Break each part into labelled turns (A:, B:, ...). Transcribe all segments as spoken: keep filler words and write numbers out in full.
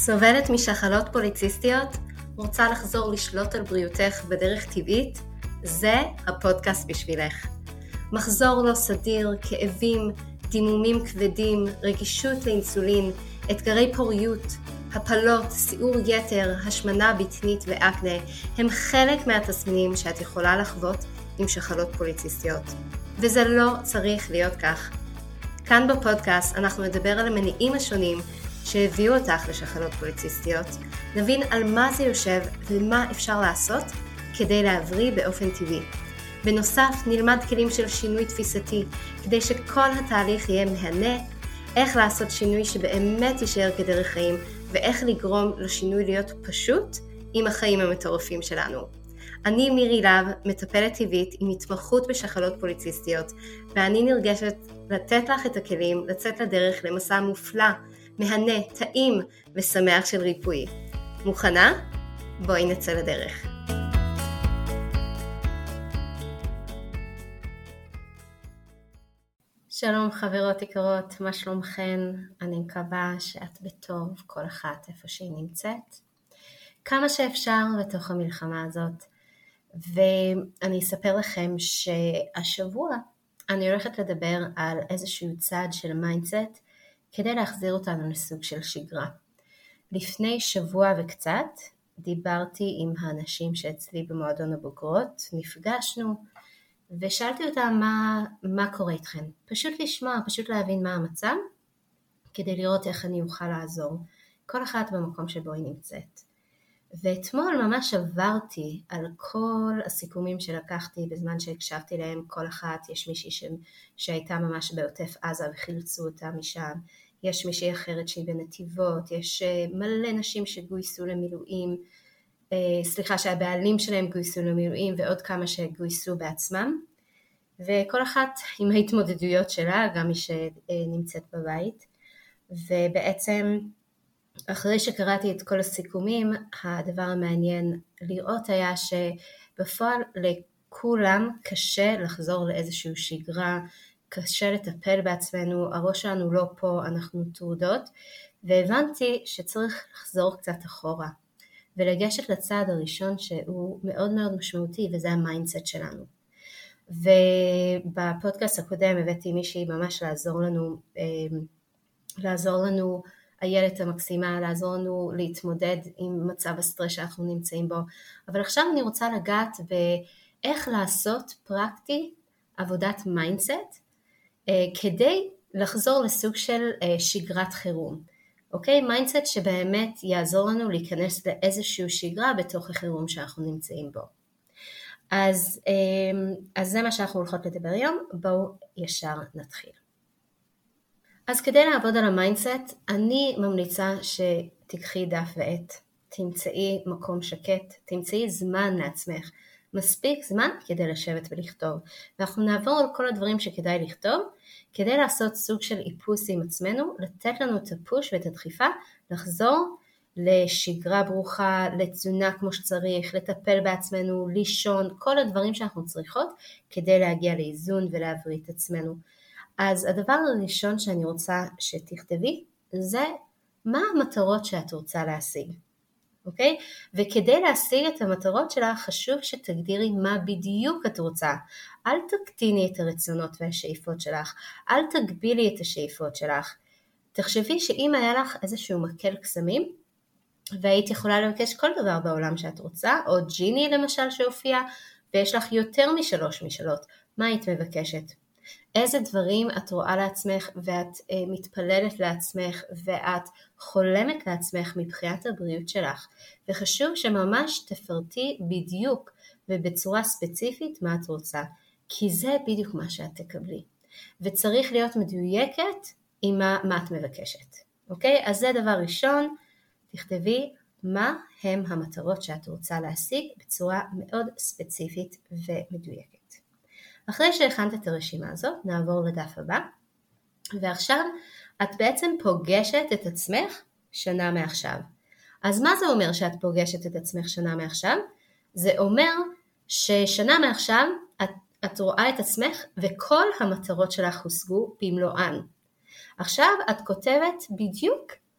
A: סובלת משחלות פוליציסטיות? רוצה לחזור לשלוט על בריאותך בדרך טבעית? זה הפודקאסט בשבילך. מחזור לא סדיר, כאבים, דימומים כבדים, רגישות לאינסולין, אתגרי פוריות, הפלות, סיעור יתר, השמנה בטנית ואקנה הם חלק מהתסמינים שאת יכולה לחוות עם שחלות פוליציסטיות. וזה לא צריך להיות כך. כאן בפודקאסט אנחנו נדבר על המניעים השונים שהביאו אותך לשחלות פוליציסטיות, נבין על מה זה יושב ומה אפשר לעשות כדי להבריא באופן טבעי. בנוסף נלמד כלים של שינוי תפיסתי כדי שכל התהליך יהיה מהנה, איך לעשות שינוי שבאמת יישאר כדרך חיים ואיך לגרום לשינוי להיות פשוט עם החיים המטורפים שלנו. אני מירי לב, מטפלת טבעית עם התמחות בשחלות פוליציסטיות, ואני נרגשת לתת לך את הכלים לצאת לדרך למסע מופלא, מהנה, טעים ושמח של ריפוי. מוכנה? בואי נצא לדרך. שלום חברות יקרות, מה שלומכן? אני מקווה שאת בטוב, כל אחת איפה שהיא נמצאת. כמה שאפשר לתוך המלחמה הזאת. ואני אספר לכם שהשבוע אני הולכת לדבר על איזשהו צעד של מיינדסט כדי להחזיר אותנו לסוג של שגרה. לפני שבוע וקצת דיברתי עם האנשים שאצלי במועדון הבוגרות, נפגשנו ושאלתי אותם מה, מה קורה איתכם. פשוט לשמוע, פשוט להבין מה המצב, כדי לראות איך אני אוכל לעזור. כל אחת במקום שבו היא נמצאת. ואתמול ממש עברתי על כל הסיכומים שלקחתי בזמן שהקשבתי להם. כל אחת, יש מישהי ש... שהייתה ממש בעוטף עזה וחילצו אותה משם, יש מישהי אחרת שהיא בנתיבות, יש מלא נשים שגויסו למילואים, סליחה שהבעלים שלהם גויסו למילואים ועוד כמה שגויסו בעצמם, וכל אחת עם ההתמודדויות שלה, גם מי שנמצאת בבית. ובעצם אחרי שקראתי את כל הסיכומים, הדבר המעניין לראות היה שבפועל לכולם קשה לחזור לאיזושהי שגרה, קשה לטפל בעצמנו, הראש שלנו לא פה, אנחנו טרודות, והבנתי שצריך לחזור קצת אחורה, ולגשת לצעד הראשון שהוא מאוד מאוד משמעותי, וזה המיינדסט שלנו. ובפודקאסט הקודם הבאתי מישהי ממש לעזור לנו, לעזור לנו, איילת המקסימה, לעזור לנו להתמודד עם מצב הסטרס שאנחנו נמצאים בו. אבל עכשיו אני רוצה לגעת באיך לעשות פרקטי עבודת מיינדסט, כדי לחזור לסוג של שגרת חירום. אוקיי? מיינדסט שבאמת יעזור לנו להיכנס לאיזשהו שגרה בתוך החירום שאנחנו נמצאים בו. אז, אז זה מה שאנחנו הולכות לדבר היום, בואו ישר נתחיל. אז כדי לעבוד על המיינדסט, אני ממליצה שתיקחי דף ועט, תמצאי מקום שקט, תמצאי זמן לעצמך, מספיק זמן כדי לשבת ולכתוב. ואנחנו נעבור על כל הדברים שכדאי לכתוב, כדי לעשות סוג של איפוס עם עצמנו, לתת לנו את הפוש ואת הדחיפה, לחזור לשגרה ברוכה, לתזונה כמו שצריך, לטפל בעצמנו, לישון, כל הדברים שאנחנו צריכות, כדי להגיע לאיזון ולהבריא את עצמנו. אז הדבר הראשון שאני רוצה שתכתבי, זה מה המטרות שאת רוצה להשיג. אוקיי? וכדי להשיג את המטרות שלך, חשוב שתגדירי מה בדיוק את רוצה. אל תקטיני את הרצונות והשאיפות שלך, אל תגבילי את השאיפות שלך. תחשבי שאם היה לך איזשהו מקל קסמים, והיית יכולה לבקש כל דבר בעולם שאת רוצה, או ג'יני למשל שהופיע, ויש לך יותר משלוש משאלות, מה היית מבקשת? איזה דברים את רואה לעצמך ואת אה, מתפללת לעצמך ואת חולמת לעצמך מבחינת הבריאות שלך, וחשוב שממש תפרטי בדיוק ובצורה ספציפית מה את רוצה, כי זה בדיוק מה שאת תקבלי, וצריך להיות מדויקת עם מה, מה את מבקשת. אוקיי? אז זה דבר ראשון, תכתבי מה הם המטרות שאת רוצה להשיג בצורה מאוד ספציפית ומדויקת. אחרי שהכנת את הרשימה הזאת, נעבור לדף הבא, ועכשיו את בעצם פוגשת את עצמך שנה מעכשיו. אז מה זה אומר שאת פוגשת את עצמך שנה מעכשיו? זה אומר ששנה מעכשיו את, את רואה את עצמך וכל המטרות שלך הושגו במלואן. עכשיו את כותבת בדיוק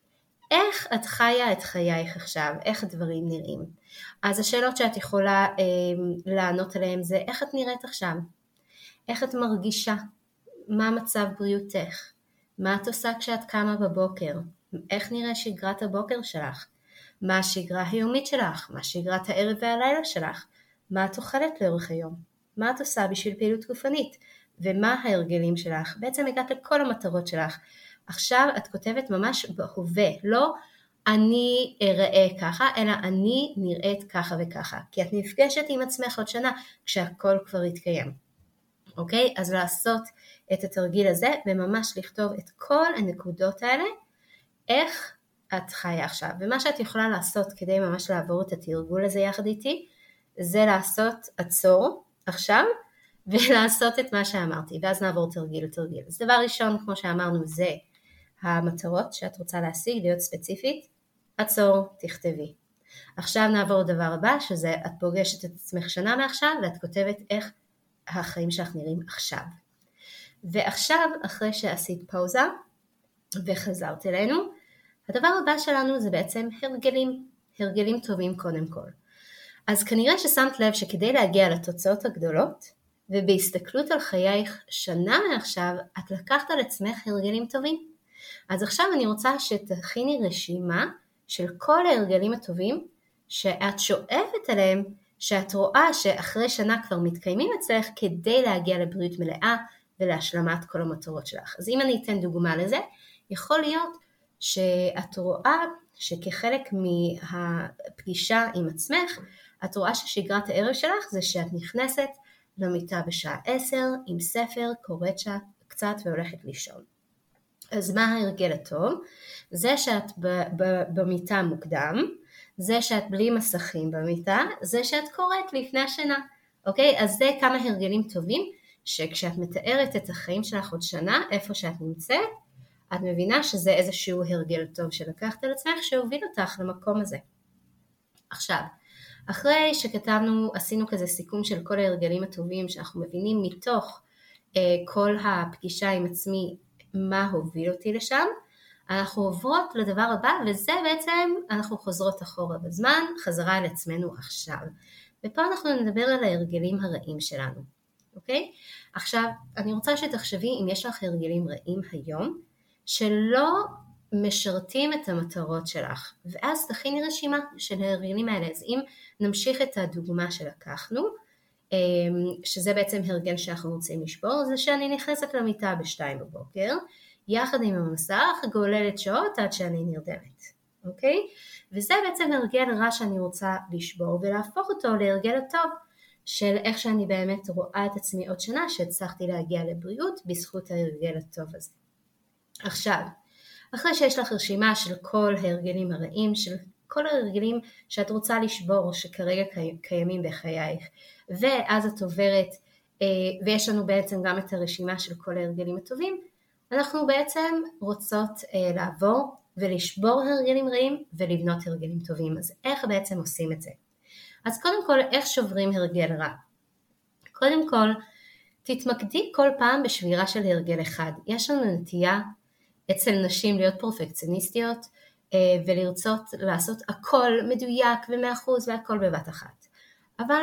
A: איך את חיה את חייך עכשיו, איך הדברים נראים. אז השאלות שאת יכולה אה, לענות עליהן זה איך את נראית עכשיו, איך את מרגישה, מה מצב בריאותך, מה את עושה כשאת קמה בבוקר, איך נראה שגרת הבוקר שלך, מה השגרה היומית שלך, מה שגרת הערב והלילה שלך, מה את אוכלת לאורך היום, מה את עושה בשביל פעילות גופנית, ומה ההרגלים שלך. בעצם הגעת לכל המטרות שלך. עכשיו את כותבת ממש בהווה, לא אני אראה ככה, אלא אני נראית ככה וככה, כי את נפגשת עם עצמך עוד שנה כשהכל כבר יתקיים. אוקיי? אז לעשות את התרגיל הזה וממש לכתוב את כל הנקודות האלה, איך את חיה עכשיו. ומה שאת יכולה לעשות כדי ממש לעבור את התרגול הזה יחד איתי, זה לעשות עצור עכשיו, ולעשות את מה שאמרתי, ואז נעבור תרגיל לתרגיל. אז דבר ראשון, כמו שאמרנו, זה המטרות שאת רוצה להשיג, להיות ספציפית, עצור, תכתבי. עכשיו נעבור לדבר הבא, שזה את פוגשת את עצמך שנה מעכשיו, ואת כותבת איך החיים שלך נראים עכשיו. ועכשיו, אחרי שעשית פאוזה, וחזרת אלינו, הדבר הבא שלנו זה בעצם הרגלים, הרגלים טובים קודם כל. אז כנראה ששמת לב שכדי להגיע לתוצאות הגדולות, ובהסתכלות על חייך שנה מעכשיו, את לקחת על עצמך הרגלים טובים. אז עכשיו אני רוצה שתכיני רשימה של כל ההרגלים הטובים, שאת שואפת עליהם, שאת רואה שאחרי שנה כבר מתקיימים אצלך, כדי להגיע לבריאות מלאה, ולהשלמת כל המטרות שלך. אז אם אני אתן דוגמה לזה, יכול להיות שאת רואה שכחלק מהפגישה עם עצמך, את רואה ששגרת הערב שלך זה שאת נכנסת למיטה בשעה עשר עם ספר, קוראת שעה קצת והולכת לישון. אז מה ההרגל הטוב? זה שאת ב- ב- במיטה מוקדם, זה שאת בלי מסכים במיטה, זה שאת קוראת לפני השינה. אוקיי? אז זה כמה הרגלים טובים, שכשאת מתארת את החיים שלך עוד שנה, איפה שאת נמצאת, את מבינה שזה איזשהו הרגל טוב שלקחת על עצמך, שהוביל אותך למקום הזה. עכשיו, אחרי שכתבנו, עשינו כזה סיכום של כל ההרגלים הטובים, שאנחנו מבינים מתוך אה, כל הפגישה עם עצמי, מה הוביל אותי לשם, אנחנו עוברות לדבר הבא, וזה בעצם, אנחנו חוזרות אחורה בזמן, חזרה על עצמנו עכשיו. ופה אנחנו נדבר על ההרגלים הרעים שלנו. אוקיי? עכשיו, אני רוצה שתחשבי אם יש לך הרגלים רעים היום, שלא משרתים את המטרות שלך, ואז תכיני רשימה של ההרגלים האלה. אז אם נמשיך את הדוגמה שלקחנו, שזה בעצם הרגל שאנחנו רוצים לשבור, זה שאני נכנסת למיטה בשתיים בבוקר, יחד עם המסך, גוללת שעות עד שאני נרדמת. אוקיי? וזה בעצם הרגל רע שאני רוצה לשבור, ולהפוך אותו להרגל הטוב, של איך שאני באמת רואה את עצמי עוד שנה, שהצלחתי להגיע לבריאות בזכות ההרגל הטוב הזה. עכשיו, אחרי שיש לך רשימה של כל ההרגלים הרעים, של כל ההרגלים שאת רוצה לשבור, שכרגע קיימים בחייך, ואז את עוברת, ויש לנו בעצם גם את הרשימה של כל ההרגלים הטובים, אנחנו בעצם רוצות לעבור ולשבור הרגלים רעים, ולבנות הרגלים טובים. אז איך בעצם עושים את זה? אז קודם כל, איך שוברים הרגל רע? קודם כל, תתמקדי כל פעם בשבירה של הרגל אחד. יש לנו נטייה אצל נשים להיות פרפקציוניסטיות, ולרצות לעשות הכל מדויק ומאה אחוז והכל בבת אחת. אבל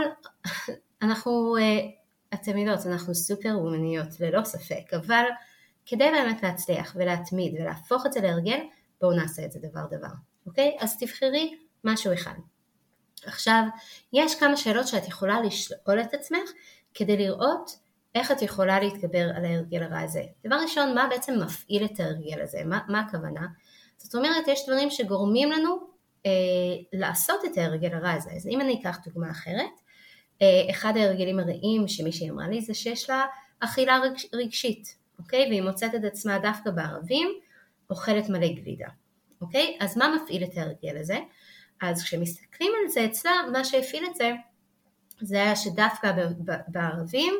A: אנחנו, אתם יודעות, אנחנו סופר וומניות ללא ספק, אבל כדי באמת להצליח ולהתמיד ולהפוך את זה להרגל, בואו נעשה את זה דבר דבר. אוקיי? אז תבחרי משהו אחד. עכשיו, יש כמה שאלות שאת יכולה לשאול את עצמך, כדי לראות איך את יכולה להתגבר על ההרגל הרע הזה. דבר ראשון, מה בעצם מפעיל את ההרגל הזה? מה, מה הכוונה? זאת אומרת, יש דברים שגורמים לנו אה, לעשות את ההרגל הרע הזה. אז אם אני אקח דוגמה אחרת, אה, אחד ההרגלים הרעים שמישהי אמרה לי, זה שיש לה אכילה רגש, רגשית, אוקיי? והיא מוצאת את עצמה דווקא בערבים, אוכלת מלא גלידה, אוקיי? אז מה מפעיל את ההרגל הזה? אז כשמסתכלים על זה אצלה, מה שהפעיל את זה, זה היה שדווקא בערבים,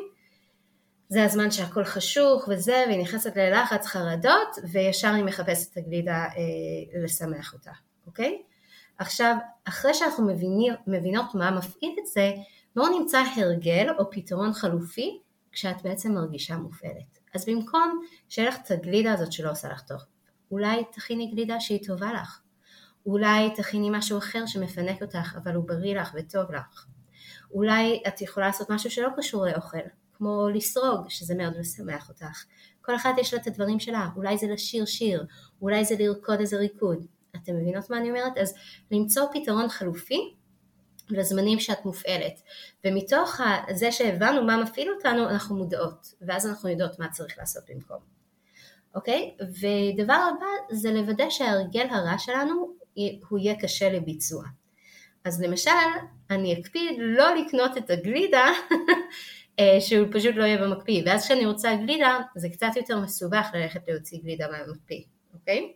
A: זה הזמן שהכל חשוך וזה, והיא נכנסת ללחץ חרדות, וישר היא מחפשת את הגלידה אה, לשמח אותה, אוקיי? עכשיו, אחרי שאנחנו מבינים, מבינות מה מפעיל את זה, בואו נמצא הרגל או פתרון חלופי, כשאת בעצם מרגישה מופעלת. אז במקום שיהיה לך את הגלידה הזאת שלא עושה לך טוב, אולי תכיני גלידה שהיא טובה לך, אולי תכיני משהו אחר שמפנק אותך, אבל הוא בריא לך וטוב לך. אולי את יכולה לעשות משהו שלא קשור לאוכל, כמו לסרוג, שזה מאוד משמח אותך. כל אחת יש לה את הדברים שלה, אולי זה לשיר שיר, אולי זה לרקוד איזה ריקוד. אתם מבינות מה אני אומרת? אז למצוא פתרון חלופי לזמנים שאת מופעלת. ומתוך זה שהבנו מה מפעיל אותנו, אנחנו מודעות, ואז אנחנו יודעות מה צריך לעשות במקום. אוקיי? ודבר הבא זה לוודא שההרגל הרע שלנו הוא יהיה קשה לביצוע. אז למשל, אני אקפיד לא לקנות את הגלידה, שהוא פשוט לא יהיה במקפיא, ואז כשאני רוצה גלידה, זה קצת יותר מסובך ללכת להוציא גלידה מהמקפיא, אוקיי?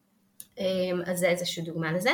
A: אז זה איזושהי דוגמה לזה.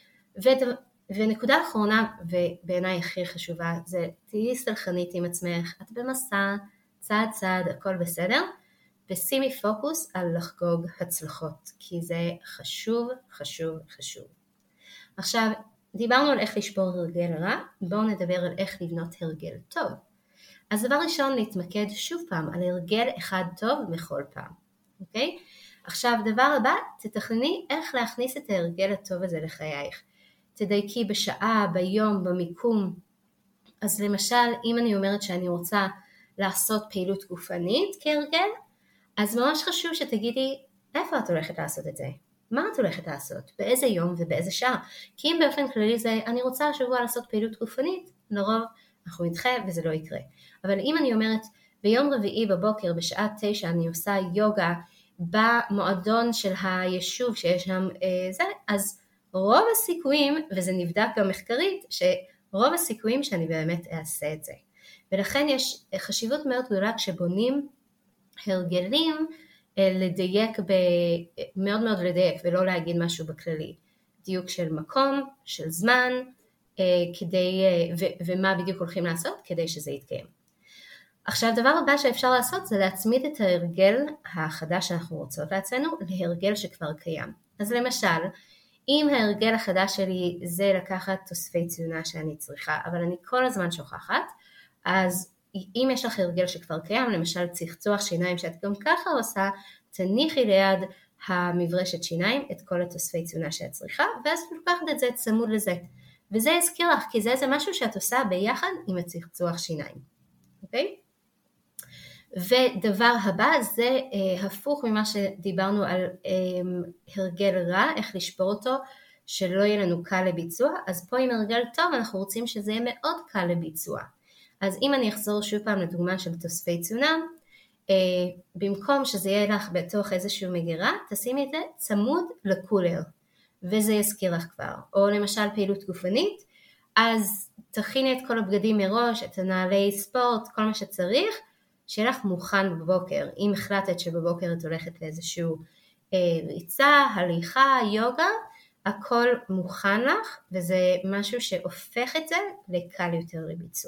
A: ונקודה אחרונה, ובעיניי הכי חשובה, זה תהיי סלחנית עם עצמך, את במסע, צעד צעד, הכל בסדר, ושימי פוקוס על לחגוג הצלחות, כי זה חשוב, חשוב, חשוב. עכשיו, דיברנו על איך לשבור הרגל רע, בואו נדבר על איך לבנות הרגל טוב. אז דבר ראשון, להתמקד שוב פעם על הרגל אחד טוב בכל פעם, אוקיי? עכשיו, דבר הבא, תתכנני איך להכניס את ההרגל הטוב הזה לחייך. תדייקי בשעה, ביום, במיקום. אז למשל, אם אני אומרת שאני רוצה לעשות פעילות גופנית כהרגל, אז ממש חשוב שתגידי איפה את הולכת לעשות את זה. מה את הולכת לעשות? באיזה יום ובאיזה שעה? כי אם באופן כללי זה, אני רוצה השבוע לעשות פעילות גופנית, לרוב אנחנו נדחה וזה לא יקרה. אבל אם אני אומרת, ביום רביעי בבוקר בשעה תשע אני עושה יוגה במועדון של היישוב שיש שם אה, זה, אז רוב הסיכויים, וזה נבדק גם מחקרית, שרוב הסיכויים שאני באמת אעשה את זה. ולכן יש חשיבות מאוד גדולה כשבונים הרגלים, לדייק, ב... מאוד מאוד לדייק ולא להגיד משהו בכללי. דיוק של מקום, של זמן, כדי, ו... ומה בדיוק הולכים לעשות כדי שזה יתקיים. עכשיו, הדבר הבא שאפשר לעשות זה להצמיד את ההרגל החדש שאנחנו רוצות לעצמנו להרגל שכבר קיים. אז למשל, אם ההרגל החדש שלי זה לקחת תוספי ציונה שאני צריכה, אבל אני כל הזמן שוכחת, אז אם יש לך הרגל שכבר קיים, למשל צחצוח שיניים שאת גם ככה עושה, תניחי ליד המברשת שיניים את כל התוספי ציונה שאת צריכה, ואז לוקחת את זה צמוד לזה. וזה יזכיר לך, כי זה זה משהו שאת עושה ביחד עם הצחצוח שיניים. אוקיי? ודבר הבא זה אה, הפוך ממה שדיברנו על אה, הרגל רע, איך לשבור אותו, שלא יהיה לנו קל לביצוע, אז פה עם הרגל טוב אנחנו רוצים שזה יהיה מאוד קל לביצוע. אז אם אני אחזור שוב פעם לדוגמה של תוספי ציונה, אה, במקום שזה יהיה לך בתוך איזשהו מגירה, תשימי את זה צמוד לקולר, וזה יזכיר לך כבר. או למשל פעילות גופנית, אז תכיני את כל הבגדים מראש, את הנעלי ספורט, כל מה שצריך, שיהיה לך מוכן בבוקר. אם החלטת שבבוקר את הולכת לאיזשהו אה, ריצה, הליכה, יוגה, הכל מוכן לך, וזה משהו שהופך את זה לקל יותר לביצוע.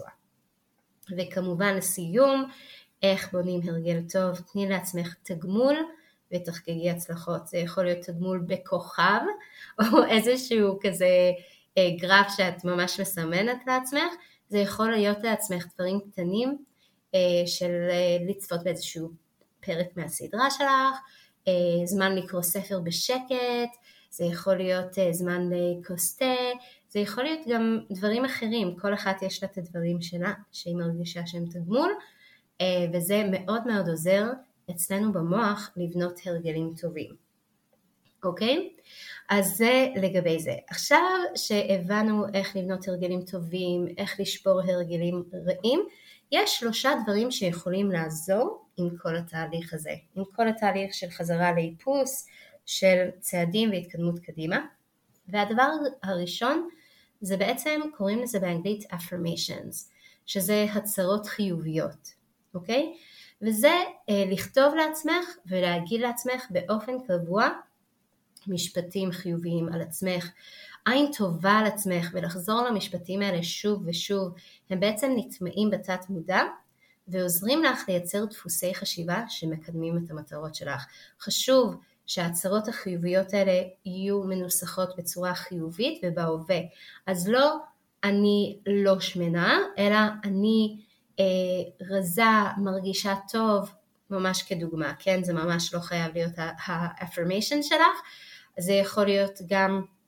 A: וכמובן לסיום, איך בונים הרגל טוב, תני לעצמך תגמול ותחגגי הצלחות. זה יכול להיות תגמול בכוכב, או איזשהו כזה אה, גרף שאת ממש מסמנת לעצמך. זה יכול להיות לעצמך דברים קטנים, אה, של אה, לצפות באיזשהו פרק מהסדרה שלך, אה, זמן לקרוא ספר בשקט, זה יכול להיות אה, זמן לכוס תה, זה יכול להיות גם דברים אחרים, כל אחת יש לה את הדברים שלה, שהיא מרגישה שהם תגמול, וזה מאוד מאוד עוזר אצלנו במוח לבנות הרגלים טובים. אוקיי? אז זה לגבי זה. עכשיו שהבנו איך לבנות הרגלים טובים, איך לשבור הרגלים רעים, יש שלושה דברים שיכולים לעזור עם כל התהליך הזה, עם כל התהליך של חזרה לאיפוס, של צעדים והתקדמות קדימה. והדבר הראשון, זה בעצם, קוראים לזה באנגלית affirmations, שזה הצהרות חיוביות, אוקיי? וזה אה, לכתוב לעצמך ולהגיד לעצמך באופן קבוע משפטים חיוביים על עצמך, עין טובה על עצמך, ולחזור למשפטים האלה שוב ושוב, הם בעצם נטמעים בתת מודע, ועוזרים לך לייצר דפוסי חשיבה שמקדמים את המטרות שלך. חשוב שההצהרות החיוביות האלה יהיו מנוסחות בצורה חיובית ובהווה. אז לא אני לא שמנה, אלא אני אה, רזה, מרגישה טוב, ממש כדוגמה, כן? זה ממש לא חייב להיות ה-affirmation שלך. זה יכול להיות גם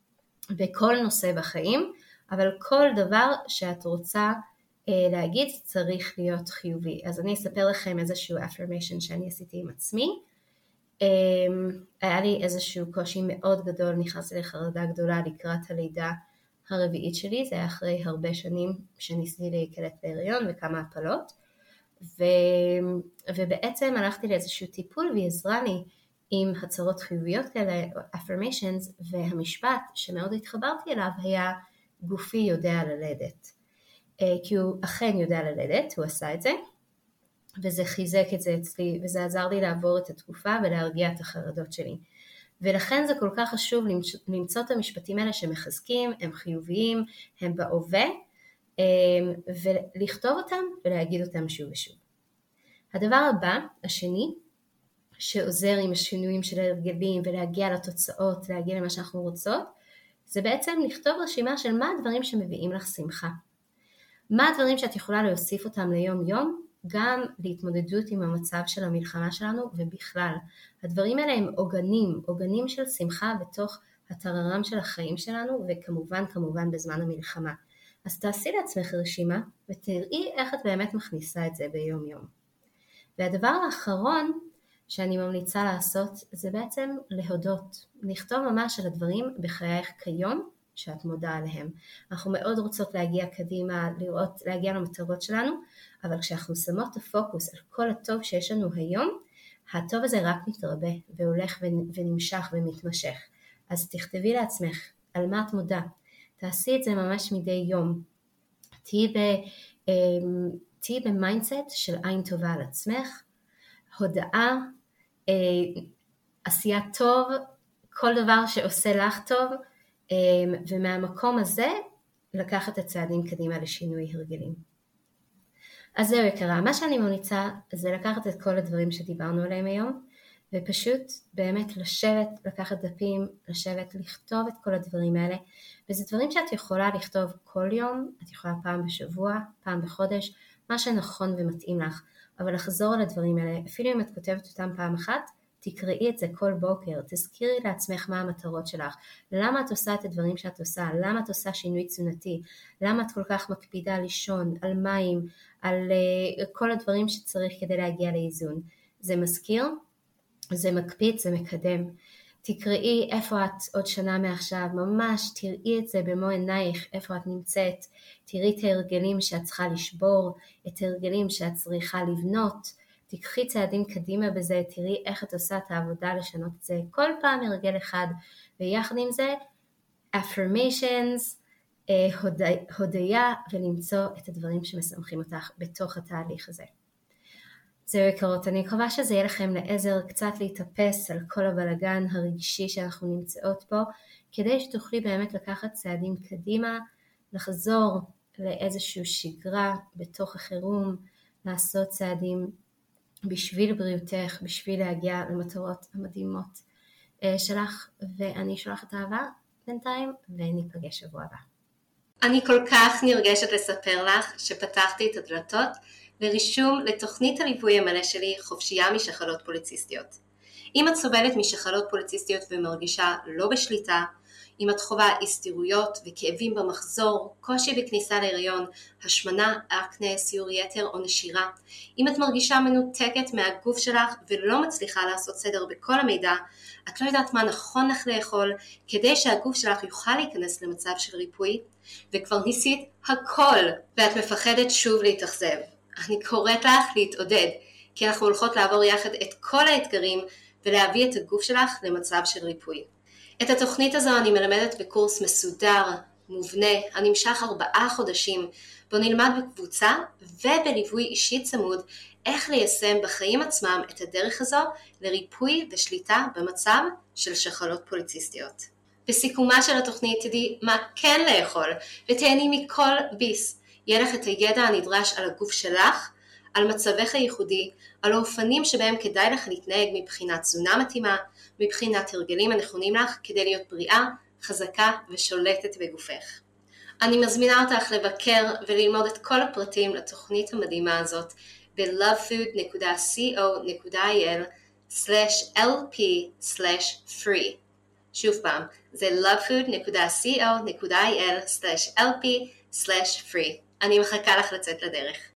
A: בכל נושא בחיים, אבל כל דבר שאת רוצה אה, להגיד צריך להיות חיובי. אז אני אספר לכם איזשהו affirmation שאני עשיתי עם עצמי. אה, היה לי איזשהו קושי מאוד גדול, נכנסתי לחרדה גדולה לקראת הלידה הרביעית שלי, זה היה אחרי הרבה שנים שניסיתי להיקלט בהיריון וכמה הפלות, ו... ובעצם הלכתי לאיזשהו טיפול והיא עזרה לי עם הצהרות חיוביות כאלה, affirmations, והמשפט שמאוד התחברתי אליו היה גופי יודע ללדת. כי הוא אכן יודע ללדת, הוא עשה את זה, וזה חיזק את זה אצלי, וזה עזר לי לעבור את התקופה ולהרגיע את החרדות שלי. ולכן זה כל כך חשוב למצוא את המשפטים האלה שמחזקים, הם חיוביים, הם בהווה, ולכתוב אותם ולהגיד אותם שוב ושוב. הדבר הבא, השני, שעוזר עם השינויים של הרגלים ולהגיע לתוצאות, להגיע למה שאנחנו רוצות, זה בעצם לכתוב רשימה של מה הדברים שמביאים לך שמחה. מה הדברים שאת יכולה להוסיף אותם ליום יום, גם להתמודדות עם המצב של המלחמה שלנו ובכלל. הדברים האלה הם עוגנים, עוגנים של שמחה בתוך הטררם של החיים שלנו וכמובן כמובן בזמן המלחמה. אז תעשי לעצמך רשימה ותראי איך את באמת מכניסה את זה ביום יום. והדבר האחרון שאני ממליצה לעשות זה בעצם להודות, לכתוב ממש על הדברים בחייך כיום שאת מודה עליהם. אנחנו מאוד רוצות להגיע קדימה, לראות, להגיע למטרות שלנו, אבל כשאנחנו שמות את הפוקוס על כל הטוב שיש לנו היום, הטוב הזה רק מתרבה והולך ונמשך ומתמשך. אז תכתבי לעצמך על מה את מודה, תעשי את זה ממש מדי יום. תהיי ב, תהיי במיינדסט של עין טובה על עצמך, הודעה, עשייה טוב, כל דבר שעושה לך טוב, ומהמקום הזה לקחת את הצעדים קדימה לשינוי הרגלים. אז זהו יקרה, מה שאני ממליצה זה לקחת את כל הדברים שדיברנו עליהם היום, ופשוט באמת לשבת, לקחת דפים, לשבת, לכתוב את כל הדברים האלה, וזה דברים שאת יכולה לכתוב כל יום, את יכולה פעם בשבוע, פעם בחודש, מה שנכון ומתאים לך, אבל לחזור על הדברים האלה, אפילו אם את כותבת אותם פעם אחת, תקראי את זה כל בוקר, תזכירי לעצמך מה המטרות שלך, למה את עושה את הדברים שאת עושה, למה את עושה שינוי תזונתי, למה את כל כך מקפידה לישון, על מים, על uh, כל הדברים שצריך כדי להגיע לאיזון. זה מזכיר, זה מקפיד, זה מקדם. תקראי איפה את עוד שנה מעכשיו, ממש תראי את זה במו עינייך, איפה את נמצאת, תראי את ההרגלים שאת צריכה לשבור, את ההרגלים שאת צריכה לבנות, תקחי צעדים קדימה בזה, תראי איך את עושה את העבודה לשנות את זה, כל פעם הרגל אחד, ויחד עם זה, affirmations, הודיה, ולמצוא את הדברים שמשמחים אותך בתוך התהליך הזה. זהו יקרות, אני מקווה שזה יהיה לכם לעזר קצת להתאפס על כל הבלגן הרגשי שאנחנו נמצאות פה, כדי שתוכלי באמת לקחת צעדים קדימה, לחזור לאיזושהי שגרה בתוך החירום, לעשות צעדים בשביל בריאותך, בשביל להגיע למטרות המדהימות שלך, ואני שולחת אהבה בינתיים, וניפגש שבוע הבא.
B: אני כל כך נרגשת לספר לך שפתחתי את הדלתות לרישום לתוכנית הליווי המלא שלי חופשייה משחלות פוליציסטיות. אם את סובלת משחלות פוליציסטיות ומרגישה לא בשליטה, אם את חווה הסתירויות וכאבים במחזור, קושי בכניסה להיריון, השמנה, אקנה, סיור יתר או נשירה, אם את מרגישה מנותקת מהגוף שלך ולא מצליחה לעשות סדר בכל המידע, את לא יודעת מה נכון לך לאכול כדי שהגוף שלך יוכל להיכנס למצב של ריפוי, וכבר ניסית הכל ואת מפחדת שוב להתאכזב. אני קוראת לך להתעודד, כי אנחנו הולכות לעבור יחד את כל האתגרים ולהביא את הגוף שלך למצב של ריפוי. את התוכנית הזו אני מלמדת בקורס מסודר, מובנה, הנמשך ארבעה חודשים, בו נלמד בקבוצה ובליווי אישי צמוד איך ליישם בחיים עצמם את הדרך הזו לריפוי ושליטה במצב של שחלות פוליציסטיות. בסיכומה של התוכנית תדעי מה כן לאכול ותהני מכל ביס. יהיה לך את הידע הנדרש על הגוף שלך, על מצבך הייחודי, על האופנים שבהם כדאי לך להתנהג מבחינת תזונה מתאימה, מבחינת הרגלים הנכונים לך כדי להיות בריאה, חזקה ושולטת בגופך. אני מזמינה אותך לבקר וללמוד את כל הפרטים לתוכנית המדהימה הזאת ב-lovefood נקודה co נקודה il סלש אל פי סלש free. שוב פעם, זה lovefood נקודה co נקודה il סלש lp סלש free. אני מחכה לך לצאת לדרך.